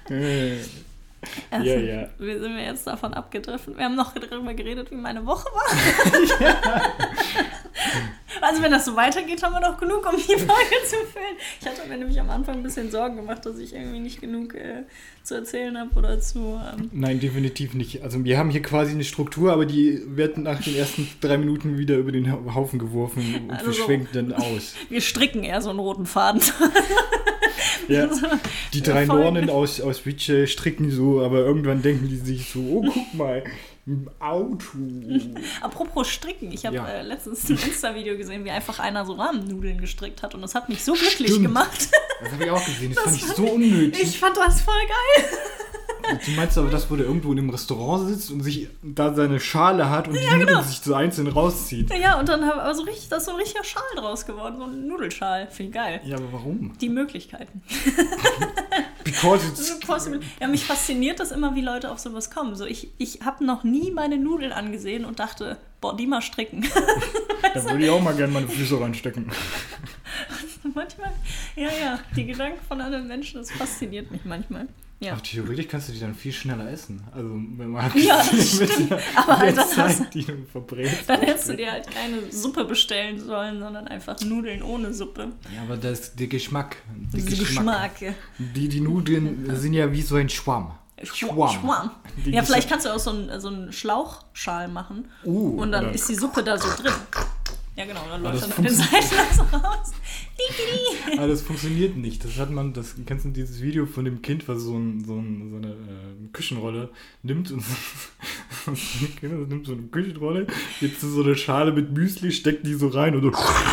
Also, wie sind wir jetzt davon abgedriftet? Wir haben noch darüber geredet, wie meine Woche war. Also wenn das so weitergeht, haben wir doch genug, um die Folge zu füllen. Ich hatte mir nämlich am Anfang ein bisschen Sorgen gemacht, dass ich irgendwie nicht genug zu erzählen habe oder zu... Nein, definitiv nicht. Also wir haben hier quasi eine Struktur, aber die wird nach den ersten 3 Minuten wieder über den Haufen geworfen und also verschwenkt dann aus. Wir stricken eher so einen roten Faden. Ja, die 3 Nornen aus Witcher stricken so, aber irgendwann denken die sich so, oh, guck mal, ein Auto. Apropos stricken, ich habe letztens ein Insta-Video gesehen, wie einfach einer so Rahmennudeln gestrickt hat und das hat mich so glücklich gemacht. Das habe ich auch gesehen, das fand ich so unnötig. Ich fand das voll geil. Du meinst aber, dass wo der irgendwo in einem Restaurant sitzt und sich da seine Schale hat und die Nudeln sich so einzeln rauszieht. Ja, und dann da ist so ein richtiger Schal draus geworden, so ein Nudelschal. Finde ich geil. Ja, aber warum? Die Möglichkeiten. Because it's possible. Ja, mich fasziniert das immer, wie Leute auf sowas kommen. So, ich habe noch nie meine Nudeln angesehen und dachte, boah, die mal stricken. Da würde ich auch mal gerne meine Füße reinstecken. Manchmal, ja, die Gedanken von anderen Menschen, das fasziniert mich manchmal. Ja. Aber theoretisch kannst du die dann viel schneller essen. Also wenn man aber halt Zeit, die du verbrätst. Dann hättest du dir halt keine Suppe bestellen sollen, sondern einfach Nudeln ohne Suppe. Ja, aber das ist der Geschmack. Die Nudeln sind ja wie so ein Schwamm. Schwamm. Ja, vielleicht kannst du auch so einen Schlauchschal machen und dann ist die Suppe da so drin. Ja, genau, dann läuft dann von den Seiten so raus. Aber das funktioniert nicht. Kennst du dieses Video von dem Kind, was so eine Küchenrolle nimmt und nimmt so eine Küchenrolle, geht zu so eine Schale mit Müsli, steckt die so rein und so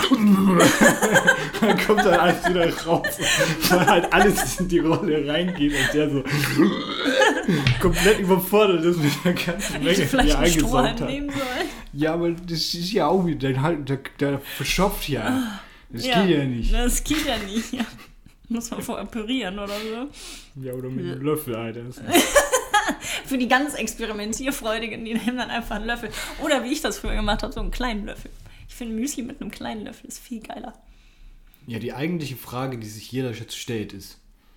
dann kommt dann alles wieder raus, weil halt alles in die Rolle reingeht und der so komplett überfordert ist mit der ganzen Menge, die er eingesaugt hat. Ja, aber das ist ja auch wieder, der verschopft ja. Das geht ja nicht. Das geht ja nicht, ja. Muss man vorher pürieren oder so. Ja, oder mit einem Löffel halt. Für die ganz Experimentierfreudigen, die nehmen dann einfach einen Löffel. Oder wie ich das früher gemacht habe, so einen kleinen Löffel. Ich finde Müsli mit einem kleinen Löffel ist viel geiler. Ja, die eigentliche Frage, die sich jeder jetzt stellt, ist...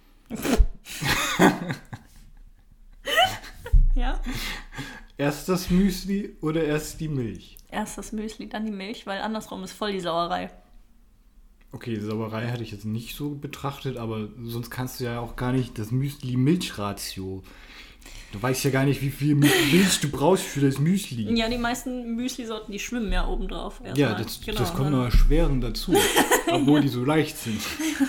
Ja? Erst das Müsli oder erst die Milch? Erst das Müsli, dann die Milch, weil andersrum ist voll die Sauerei. Okay, Sauerei hatte ich jetzt nicht so betrachtet, aber sonst kannst du ja auch gar nicht das Müsli-Milch-Ratio. Du weißt ja gar nicht, wie viel Milch du brauchst für das Müsli. Ja, die meisten Müsli-Sorten, die schwimmen ja oben drauf. Ja, das kommt noch erschwerend dazu, obwohl die so leicht sind.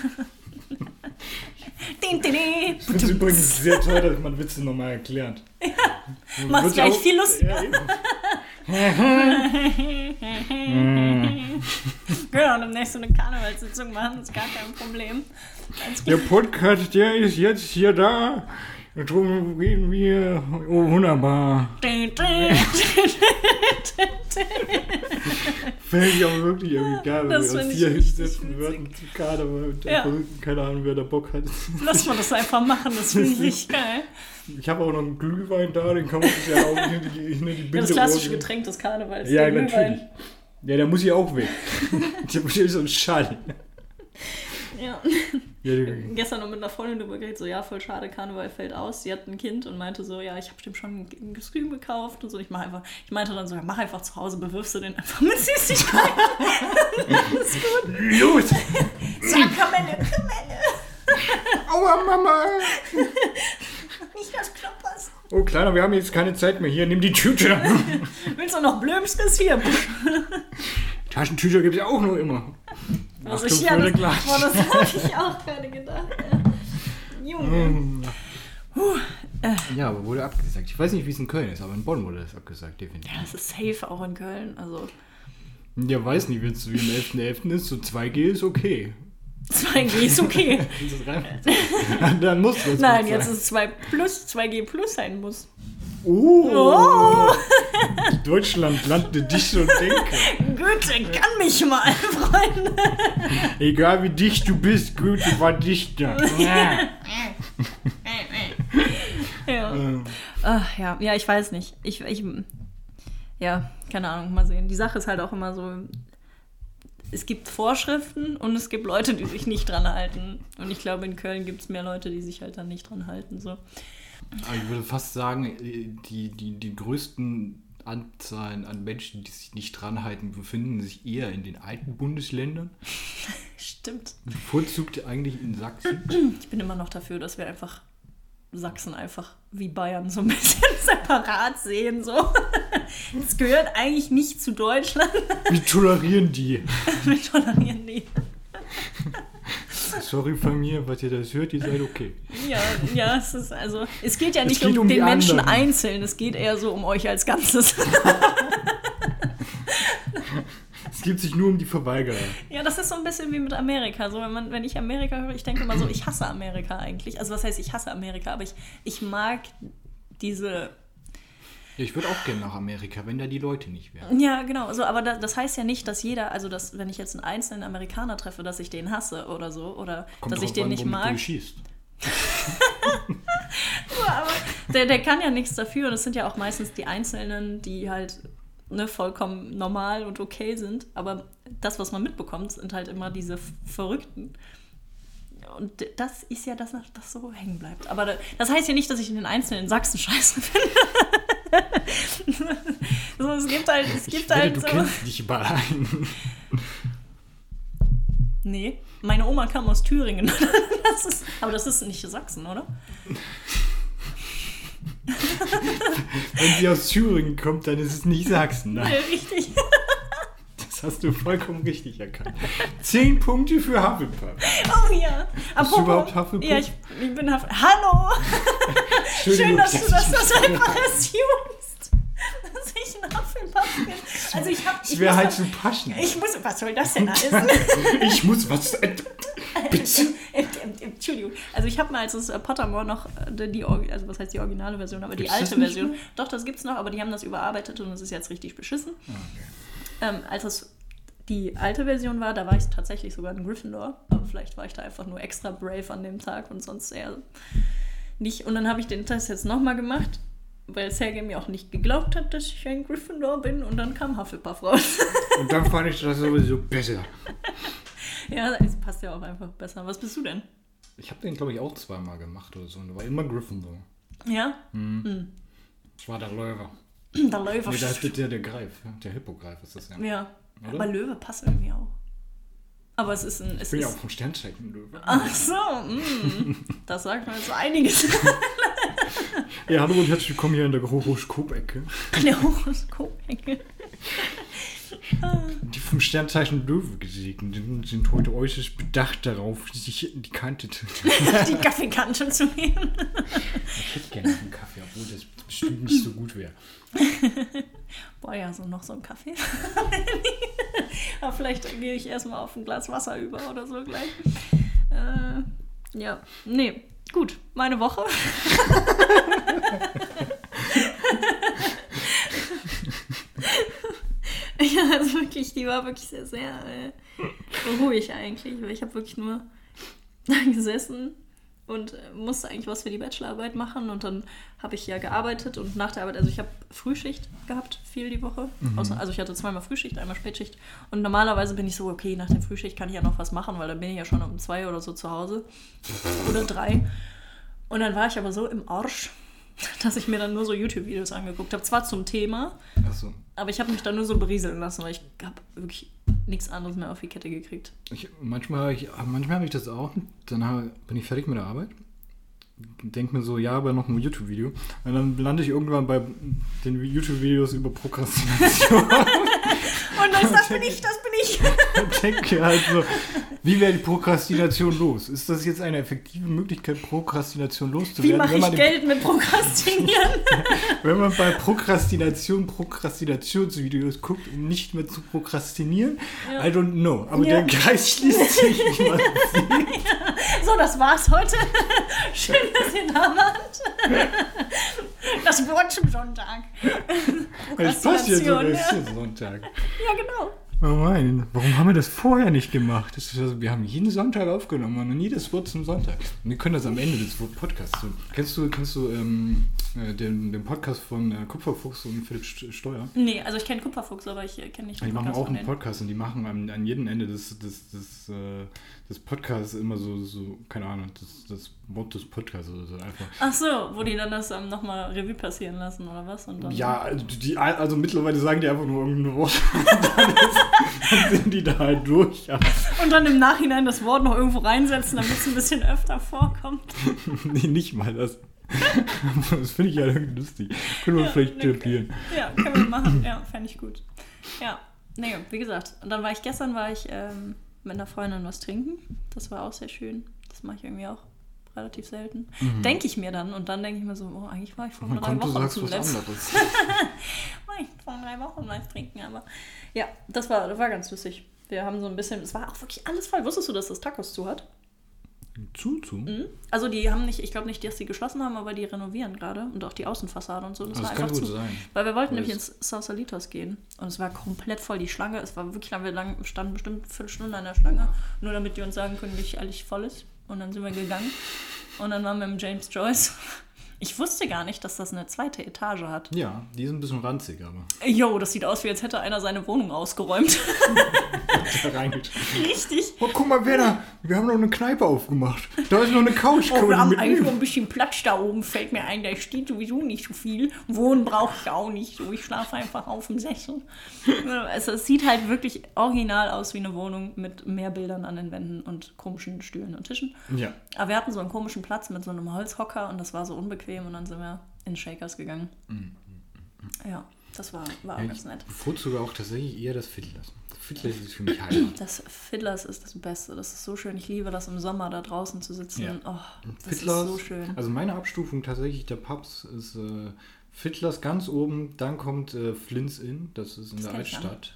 Ich finde es übrigens sehr toll, dass man Witze nochmal erklärt. Ja, machst gleich viel lustiger. Genau, demnächst so eine Karnevalssitzung machen, ist gar kein Problem. Der Podcast, der ist jetzt hier da. Und darum reden wir. Oh, wunderbar. Fällt ich auch wirklich irgendwie geil, wenn wir uns hier hinsetzen würden zu Karneval und keine Ahnung, wer da Bock hat. Lass mal das einfach machen, das finde ich richtig geil. Ich habe auch noch einen Glühwein da, den kann man sich ja auch hinter die Binde das klassische Getränk des Karnevals. Ja, natürlich. Ja, der muss ja auch weg. Der muss ja so ein Schall. Ja. Gestern noch mit einer Freundin drüber geredet, so, ja, voll schade, Karneval fällt aus. Sie hat ein Kind und meinte so, ja, ich habe dem schon ein Kostüm gekauft und so. Ich meinte dann so, ja, mach einfach zu Hause, bewirfst du den einfach mit Süßigkeiten. Das ist gut. Los! Sag, Kamelle. Aua, Mama! Nicht das Knoppers. Oh, Kleiner, wir haben jetzt keine Zeit mehr. Hier, nimm die Tüte. Willst du noch Blömskes hier? Taschentücher gibt es ja auch nur immer. Das habe ich auch gerade gedacht. Ja. Junge. Ja, aber wurde abgesagt. Ich weiß nicht, wie es in Köln ist, aber in Bonn wurde das abgesagt, definitiv. Ja, das ist safe auch in Köln. Also. Ja, weiß nicht, wenn es so wie im 11.11. ist, so 2G ist okay. 2G ist okay. Dann muss das. Nein, jetzt ist es 2G plus sein muss. Oh. Deutschland, Land der Dichter und Denker. Goethe kann mich mal, Freunde. Egal wie dicht du bist, Goethe war Dichter. Ja, ich weiß nicht. Ja, keine Ahnung, mal sehen. Die Sache ist halt auch immer so, es gibt Vorschriften und es gibt Leute, die sich nicht dran halten. Und ich glaube, in Köln gibt es mehr Leute, die sich halt dann nicht dran halten. So. Aber ich würde fast sagen, die größten Anzahlen an Menschen, die sich nicht dran halten, befinden sich eher in den alten Bundesländern. Stimmt. Bevorzugt eigentlich in Sachsen. Ich bin immer noch dafür, dass wir einfach Sachsen einfach wie Bayern so ein bisschen separat sehen. So. Das gehört eigentlich nicht zu Deutschland. Wir tolerieren die. Wir tolerieren die. Sorry Familie, was ihr das hört, ihr seid okay. Ja, es geht ja nicht um den Menschen einzeln, es geht eher so um euch als Ganzes. Es geht sich nur um die Verweigerer. Ja, das ist so ein bisschen wie mit Amerika. So, wenn ich Amerika höre, ich denke immer so, ich hasse Amerika eigentlich. Also was heißt, ich hasse Amerika, aber ich mag diese... Ja, ich würde auch gerne nach Amerika, wenn da die Leute nicht wären. Ja, genau. So, aber das heißt ja nicht, dass jeder, also wenn ich jetzt einen einzelnen Amerikaner treffe, dass ich den hasse oder so, oder kommt dass ich den nicht mag. Du schießt. Aber der kann ja nichts dafür und es sind ja auch meistens die Einzelnen, die halt vollkommen normal und okay sind, aber das, was man mitbekommt, sind halt immer diese Verrückten. Und das ist ja das so hängen bleibt. Aber das heißt ja nicht, dass ich den Einzelnen Sachsen scheiße finde. So, es gibt halt du kennst dich überall ein. Nee, meine Oma kam aus Thüringen. Aber das ist nicht Sachsen, oder? Wenn sie aus Thüringen kommt, dann ist es nicht Sachsen. Nein. Nee, richtig. Das hast du vollkommen richtig erkannt. 10 Punkte für Hufflepuff. Oh ja. Bist du überhaupt Hufflepuff? Ja, ich bin Hufflepuff. Hallo! Schön, dass du das einfach assumst. Dass ich ein Hufflepuff bin. Also das wäre halt so passend. Was soll das denn heißen? Ich muss was... Bitte. Entschuldigung. Also ich habe mal, als es Pottermore noch, also was heißt die originale Version, aber die alte Version. Doch, das gibt's noch, aber die haben das überarbeitet und es ist jetzt richtig beschissen. Okay. Als es die alte Version war, da war ich tatsächlich sogar in Gryffindor. Aber vielleicht war ich da einfach nur extra brave an dem Tag und sonst eher nicht. Und dann habe ich den Test jetzt nochmal gemacht, weil Sergei mir auch nicht geglaubt hat, dass ich ein Gryffindor bin. Und dann kam Hufflepuff raus. Und dann fand ich das sowieso besser. Ja, es passt ja auch einfach besser. Was bist du denn? Ich habe den, glaube ich, auch 2-mal gemacht oder so. Und war immer Gryffindor. Ja? Mhm. Das war der Löwe. Der Löwe. Nee, da ist der Greif. Der Hippogreif ist das ja. Ja. Oder? Aber Löwe passt irgendwie auch. Aber es ist ein... Ich bin ja auch vom Sternzeichen Löwe. Ach so, das sagt mir jetzt so einiges. Ja, hallo und herzlich willkommen hier in der Horoskop-Ecke. In der Horoskop-Ecke. Die vom Sternzeichen Löwe Gesegneten sind heute äußerst bedacht darauf, sich die Kante die Kaffeekante zu nehmen. Ich hätte gerne einen Kaffee, obwohl das bestimmt nicht so gut wäre. Boah, ja, noch so ein Kaffee. Aber vielleicht gehe ich erstmal auf ein Glas Wasser über oder so gleich. Ja, nee, gut, meine Woche. Ja, also wirklich, die war wirklich sehr, sehr ruhig eigentlich, weil ich habe wirklich nur da gesessen und musste eigentlich was für die Bachelorarbeit machen und dann habe ich ja gearbeitet und nach der Arbeit, also ich habe Frühschicht gehabt, viel die Woche, also ich hatte 2-mal Frühschicht, einmal Spätschicht und normalerweise bin ich so, okay, nach der Frühschicht kann ich ja noch was machen, weil dann bin ich ja schon um 2 oder so zu Hause oder 3 und dann war ich aber so im Arsch, dass ich mir dann nur so YouTube-Videos angeguckt habe, zwar zum Thema, Ach so. aber ich habe mich dann nur so berieseln lassen, weil ich habe wirklich nichts anderes mehr auf die Kette gekriegt. Manchmal habe ich das auch. Dann bin ich fertig mit der Arbeit. Denke mir so, ja, aber noch ein YouTube-Video. Und dann lande ich irgendwann bei den YouTube-Videos über Prokrastination. Und das bin ich. Und denke halt so, wie wäre die Prokrastination los? Ist das jetzt eine effektive Möglichkeit, Prokrastination loszuwerden? Wie mache ich Geld mit Prokrastinieren? Wenn man bei Prokrastinationsvideos guckt, um nicht mehr zu prokrastinieren, ja. I don't know. Aber der Kreis schließt sich, wie man sieht. Ja. So, das war's heute. Schön, dass ihr da wart. Das Wort zum Sonntag. Es passt ja so, das ist Sonntag. Ja, genau. Oh mein, warum haben wir das vorher nicht gemacht? Also, wir haben jeden Sonntag aufgenommen und nie das Wort zum Sonntag. Und wir können das am Ende des Podcasts tun. Kennst du den Podcast von Kupferfuchs und Philipp Steuer? Nee, also ich kenne Kupferfuchs, aber ich kenne nicht den Die machen Podcast auch einen Podcast und die machen an jedem Ende des Podcasts immer so, keine Ahnung, das Wort des Podcasts oder so einfach. Ach so, wo die dann das nochmal Revue passieren lassen oder was? Und dann ja, also mittlerweile sagen die einfach nur irgendein Wort. Dann sind die da halt durch. Ja. Und dann im Nachhinein das Wort noch irgendwo reinsetzen, damit es ein bisschen öfter vorkommt. Nee, nicht mal das. Das finde ich ja irgendwie lustig. Können wir vielleicht therapieren. Ja, können wir machen. Ja, fände ich gut. Ja, nee, wie gesagt. Und dann gestern war ich mit einer Freundin was trinken. Das war auch sehr schön. Das mache ich irgendwie auch relativ selten. Denke ich mir dann. Und dann denke ich mir so, oh, eigentlich war ich vor 3 Wochen zum letzten. War ich vor 3 Wochen was trinken, aber ja, das war ganz lustig. Wir haben so ein bisschen, es war auch wirklich alles voll. Wusstest du, dass das Tacos zu hat? Zu? Also die haben nicht, ich glaube nicht, dass sie geschlossen haben, aber die renovieren gerade und auch die Außenfassade und so. Das war einfach kann gut zu. Sein. Weil wir wollten nämlich ins Sausalitos gehen und es war komplett voll, die Schlange. Es war wirklich lang, wir standen bestimmt eine Viertelstunde an der Schlange, nur damit die uns sagen können, wie eigentlich voll ist. Und dann sind wir gegangen und dann waren wir im James Joyce. Ich wusste gar nicht, dass das eine 2. Etage hat. Ja, die ist ein bisschen ranzig, aber. Jo, das sieht aus, wie als hätte einer seine Wohnung ausgeräumt. Richtig. Oh, guck mal, Werner, wir haben noch eine Kneipe aufgemacht. Da ist noch eine Couch. Oh, wir haben eigentlich noch ein bisschen Platz da oben, fällt mir ein, da steht sowieso nicht so viel. Wohnen brauche ich auch nicht so, ich schlafe einfach auf dem Sessel. Also, es sieht halt wirklich original aus wie eine Wohnung mit mehr Bildern an den Wänden und komischen Stühlen und Tischen. Ja. Aber wir hatten so einen komischen Platz mit so einem Holzhocker und das war so unbequem und dann sind wir in Shakers gegangen. Ja, das war auch ganz nett. Ich bevorzuge auch tatsächlich eher das Fiddlers. Das Fiddlers ist für mich Heimat. Das Fiddlers ist das Beste. Das ist so schön. Ich liebe das im Sommer da draußen zu sitzen. Ja. Oh, das Fiddlers, ist so schön. Also meine Abstufung tatsächlich der Pubs ist Fiddlers ganz oben, dann kommt Flint's Inn, das ist in der Altstadt.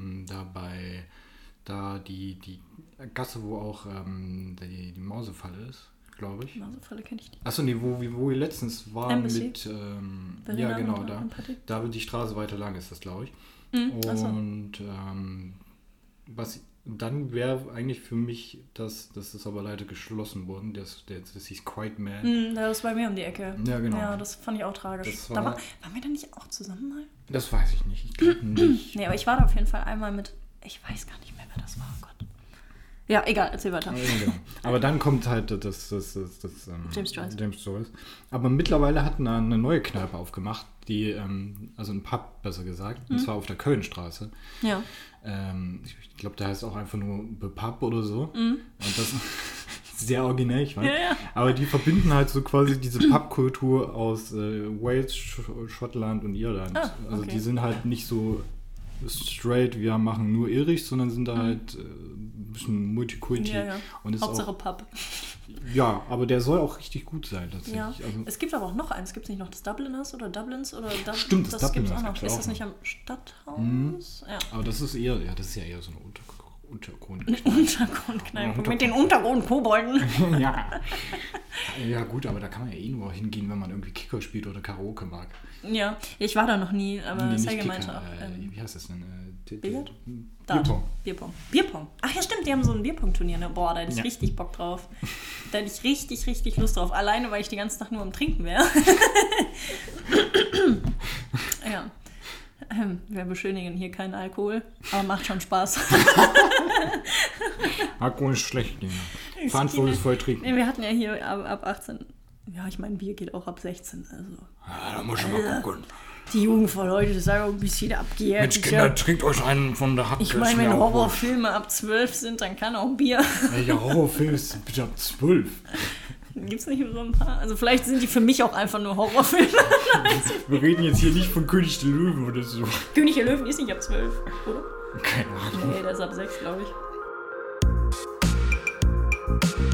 Da die Gasse, wo auch die Mausefalle ist, glaube ich. Mausefalle kenne ich nicht. Achso, nee, wo wir letztens waren Embassy. mit, ja genau, da die Straße weiter lang ist das, glaube ich. Und dann wäre eigentlich für mich, das ist aber leider geschlossen worden, das hieß Quiet Man. Das ist bei mir um die Ecke. Ja, genau. Ja, das fand ich auch tragisch. Waren wir da nicht auch zusammen mal? Das weiß ich nicht. Ich glaube nicht. Nee, aber ich war da auf jeden Fall einmal mit, ich weiß gar nicht mehr, wer das war, oh Gott. Ja, egal, erzähl weiter. Ja, genau. Aber dann kommt halt das James Joyce. Aber mittlerweile hat eine neue Kneipe aufgemacht, die, also ein Pub, besser gesagt, und zwar auf der Kölnstraße. Ja. Ich glaube, der heißt auch einfach nur The Pub oder so. Und das ist sehr originell, ich weiß. Ja. Aber die verbinden halt so quasi diese Pubkultur aus Wales, Schottland und Irland. Ah, okay. Also die sind halt nicht so straight, wir machen nur Irisch, sondern sind da halt ein bisschen Multikulti. Ja. Und ist Hauptsache auch, Pub. Ja, aber der soll auch richtig gut sein tatsächlich. Ja. Also, es gibt aber auch noch eins. Gibt es nicht noch das Dubliners oder Dublins? Stimmt, das gibt es Dubliners auch noch. gibt's Ist auch das nicht noch. am Stadthaus? Ja. Aber das ist ja eher so eine Untergrundkneipe. Mit den Untergrundkobolden. Ja gut, aber da kann man ja nur hingehen, wenn man irgendwie Kicker spielt oder Karaoke mag. Ja, ich war da noch nie, aber Nee, Sergej meinte auch. wie heißt das denn? Billard? Bierpong. Ach ja, stimmt, die haben so ein Bierpong-Turnier. Ne? Boah, da hätte ich richtig Bock drauf. Da hätte ich richtig, richtig Lust drauf. Alleine, weil ich den ganzen Tag nur am Trinken wäre. Ja. Wir beschönigen hier keinen Alkohol, aber macht schon Spaß. Alkohol ist schlecht, ja. Verantwortungsvoll trinken. Nee, wir hatten ja hier ab 18. Ja, ich meine, Bier geht auch ab 16. Also. Ja, da muss ich mal gucken. Die Jugend von heute, das sei auch ein bisschen abgehört. Mensch, Kinder, trinkt euch einen von der Hacke. Ich meine, wenn Horrorfilme ab 12 sind, dann kann auch Bier. Welcher Horrorfilm ist bitte ab 12? Gibt's nicht so ein paar? Also vielleicht sind die für mich auch einfach nur Horrorfilme. Wir reden jetzt hier nicht von König der Löwen oder so. König der Löwen ist nicht ab 12, oder? Keine Ahnung. Nee, der ist ab 6, glaube ich.